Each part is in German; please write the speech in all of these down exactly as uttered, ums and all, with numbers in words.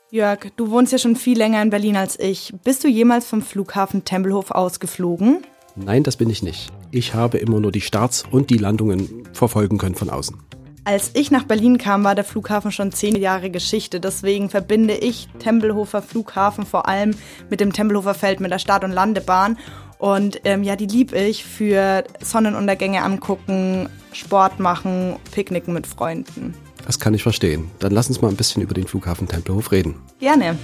Jörg, du wohnst ja schon viel länger in Berlin als ich. Bist du jemals vom Flughafen Tempelhof ausgeflogen? Nein, das bin ich nicht. Ich habe immer nur die Starts und die Landungen verfolgen können von außen. Als ich nach Berlin kam, war der Flughafen schon zehn Jahre Geschichte. Deswegen verbinde ich Tempelhofer Flughafen vor allem mit dem Tempelhofer Feld, mit der Start- und Landebahn. Und ähm, ja, die liebe ich für Sonnenuntergänge angucken, Sport machen, Picknicken mit Freunden. Das kann ich verstehen. Dann lass uns mal ein bisschen über den Flughafen Tempelhof reden. Gerne.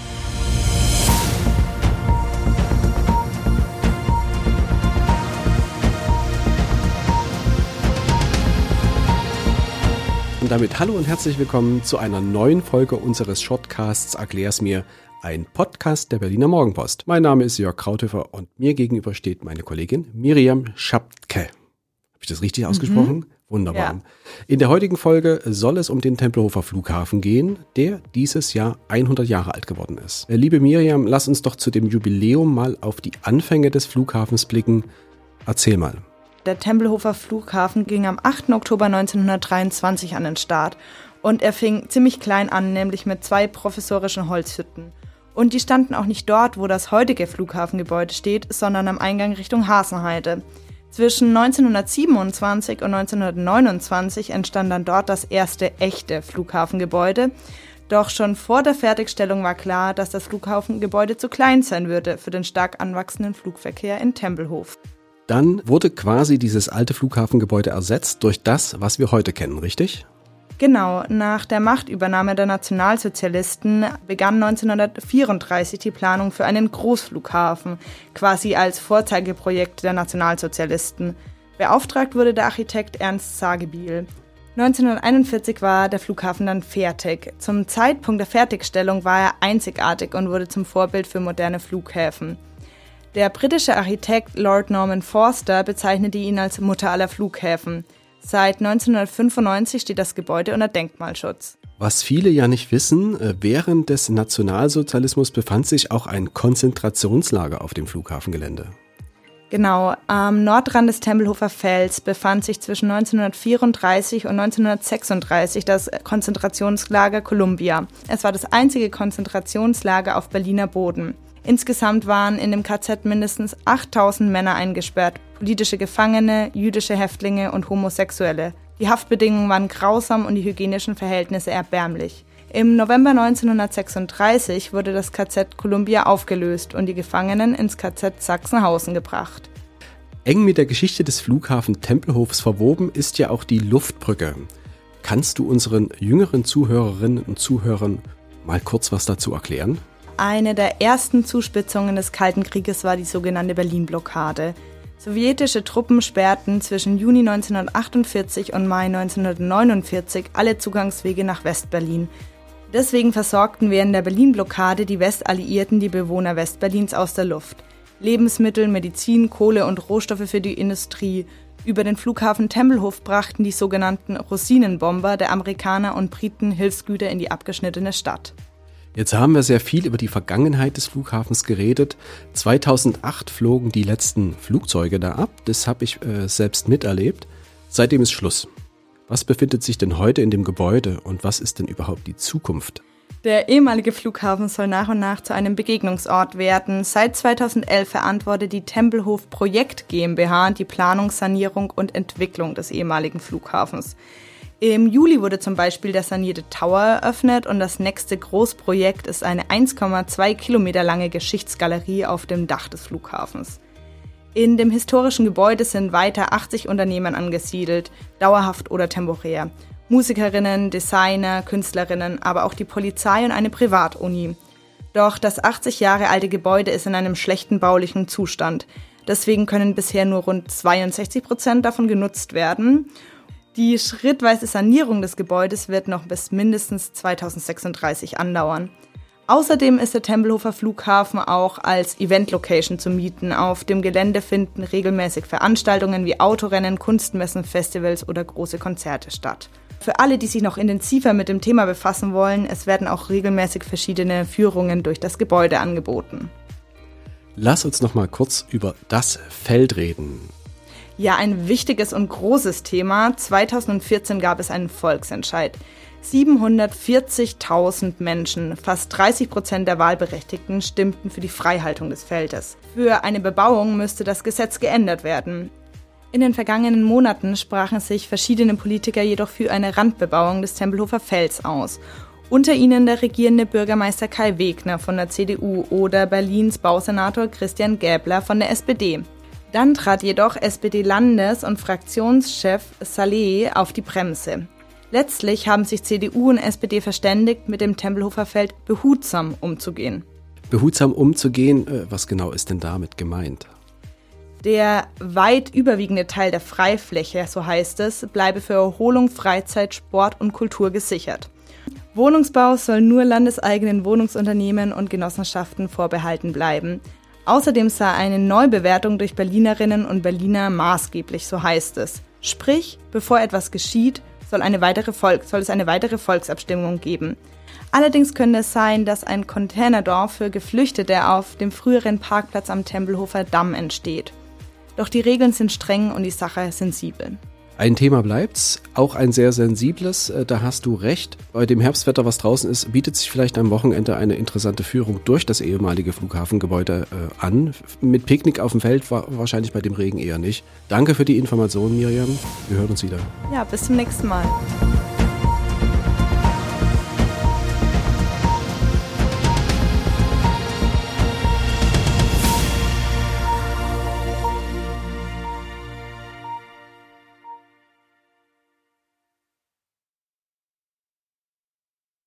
Und damit hallo und herzlich willkommen zu einer neuen Folge unseres Shortcasts Erklär's mir, ein Podcast der Berliner Morgenpost. Mein Name ist Jörg Krauthöfer und mir gegenüber steht meine Kollegin Miriam Schaptke. Habe ich das richtig ausgesprochen? Mhm. Wunderbar. Ja. In der heutigen Folge soll es um den Tempelhofer Flughafen gehen, der dieses Jahr hundert Jahre alt geworden ist. Liebe Miriam, lass uns doch zu dem Jubiläum mal auf die Anfänge des Flughafens blicken. Erzähl mal. Der Tempelhofer Flughafen ging am achten Oktober neunzehnhundertdreiundzwanzig an den Start und er fing ziemlich klein an, nämlich mit zwei provisorischen Holzhütten. Und die standen auch nicht dort, wo das heutige Flughafengebäude steht, sondern am Eingang Richtung Hasenheide. Zwischen neunzehnhundertsiebenundzwanzig und neunzehnhundertneunundzwanzig entstand dann dort das erste echte Flughafengebäude. Doch schon vor der Fertigstellung war klar, dass das Flughafengebäude zu klein sein würde für den stark anwachsenden Flugverkehr in Tempelhof. Dann wurde quasi dieses alte Flughafengebäude ersetzt durch das, was wir heute kennen, richtig? Genau, nach der Machtübernahme der Nationalsozialisten begann neunzehnhundertvierunddreißig die Planung für einen Großflughafen, quasi als Vorzeigeprojekt der Nationalsozialisten. Beauftragt wurde der Architekt Ernst Sagebiel. neunzehnhunderteinundvierzig war der Flughafen dann fertig. Zum Zeitpunkt der Fertigstellung war er einzigartig und wurde zum Vorbild für moderne Flughäfen. Der britische Architekt Lord Norman Foster bezeichnete ihn als Mutter aller Flughäfen. Seit neunzehnhundertfünfundneunzig steht das Gebäude unter Denkmalschutz. Was viele ja nicht wissen, während des Nationalsozialismus befand sich auch ein Konzentrationslager auf dem Flughafengelände. Genau, am Nordrand des Tempelhofer Felds befand sich zwischen neunzehnhundertvierunddreißig und neunzehnhundertsechsunddreißig das Konzentrationslager Columbia. Es war das einzige Konzentrationslager auf Berliner Boden. Insgesamt waren in dem K Z mindestens achttausend Männer eingesperrt, politische Gefangene, jüdische Häftlinge und Homosexuelle. Die Haftbedingungen waren grausam und die hygienischen Verhältnisse erbärmlich. Im November neunzehnhundertsechsunddreißig wurde das K Z Columbia aufgelöst und die Gefangenen ins K Z Sachsenhausen gebracht. Eng mit der Geschichte des Flughafen Tempelhofs verwoben ist ja auch die Luftbrücke. Kannst du unseren jüngeren Zuhörerinnen und Zuhörern mal kurz was dazu erklären? Eine der ersten Zuspitzungen des Kalten Krieges war die sogenannte Berlin-Blockade. Sowjetische Truppen sperrten zwischen Juni neunzehnhundertachtundvierzig und Mai neunzehnhundertneunundvierzig alle Zugangswege nach Westberlin. Deswegen versorgten während der Berlin-Blockade die Westalliierten die Bewohner Westberlins aus der Luft. Lebensmittel, Medizin, Kohle und Rohstoffe für die Industrie. Über den Flughafen Tempelhof brachten die sogenannten Rosinenbomber der Amerikaner und Briten Hilfsgüter in die abgeschnittene Stadt. Jetzt haben wir sehr viel über die Vergangenheit des Flughafens geredet. zweitausendacht flogen die letzten Flugzeuge da ab. Das habe ich äh, selbst miterlebt. Seitdem ist Schluss. Was befindet sich denn heute in dem Gebäude und was ist denn überhaupt die Zukunft? Der ehemalige Flughafen soll nach und nach zu einem Begegnungsort werden. Seit zweitausendelf verantwortet die Tempelhof Projekt GmbH die Planung, Sanierung und Entwicklung des ehemaligen Flughafens. Im Juli wurde zum Beispiel der sanierte Tower eröffnet und das nächste Großprojekt ist eine eins Komma zwei Kilometer lange Geschichtsgalerie auf dem Dach des Flughafens. In dem historischen Gebäude sind weiter achtzig Unternehmen angesiedelt, dauerhaft oder temporär. Musikerinnen, Designer, Künstlerinnen, aber auch die Polizei und eine Privatuni. Doch das achtzig Jahre alte Gebäude ist in einem schlechten baulichen Zustand. Deswegen können bisher nur rund zweiundsechzig Prozent davon genutzt werden. Die schrittweise Sanierung des Gebäudes wird noch bis mindestens zweitausendsechsunddreißig andauern. Außerdem ist der Tempelhofer Flughafen auch als Event-Location zu mieten. Auf dem Gelände finden regelmäßig Veranstaltungen wie Autorennen, Kunstmessen, Festivals oder große Konzerte statt. Für alle, die sich noch intensiver mit dem Thema befassen wollen, es werden auch regelmäßig verschiedene Führungen durch das Gebäude angeboten. Lass uns noch mal kurz über das Feld reden. Ja, ein wichtiges und großes Thema. zweitausendvierzehn gab es einen Volksentscheid. siebenhundertvierzigtausend Menschen, fast dreißig Prozent der Wahlberechtigten, stimmten für die Freihaltung des Feldes. Für eine Bebauung müsste das Gesetz geändert werden. In den vergangenen Monaten sprachen sich verschiedene Politiker jedoch für eine Randbebauung des Tempelhofer Felds aus. Unter ihnen der regierende Bürgermeister Kai Wegner von der C D U oder Berlins Bausenator Christian Gäbler von der S P D. Dann trat jedoch S P D-Landes- und Fraktionschef Saleh auf die Bremse. Letztlich haben sich C D U und S P D verständigt, mit dem Tempelhofer Feld behutsam umzugehen. Behutsam umzugehen, was genau ist denn damit gemeint? Der weit überwiegende Teil der Freifläche, so heißt es, bleibe für Erholung, Freizeit, Sport und Kultur gesichert. Wohnungsbau soll nur landeseigenen Wohnungsunternehmen und Genossenschaften vorbehalten bleiben. Außerdem sei eine Neubewertung durch Berlinerinnen und Berliner maßgeblich, so heißt es. Sprich, bevor etwas geschieht, soll, eine weitere Volk, soll es eine weitere Volksabstimmung geben. Allerdings könnte es sein, dass ein Containerdorf für Geflüchtete auf dem früheren Parkplatz am Tempelhofer Damm entsteht. Doch die Regeln sind streng und die Sache sensibel. Ein Thema bleibt's, auch ein sehr sensibles, da hast du recht. Bei dem Herbstwetter, was draußen ist, bietet sich vielleicht am Wochenende eine interessante Führung durch das ehemalige Flughafengebäude äh, an. Mit Picknick auf dem Feld war wahrscheinlich bei dem Regen eher nicht. Danke für die Information, Miriam. Wir hören uns wieder. Ja, bis zum nächsten Mal.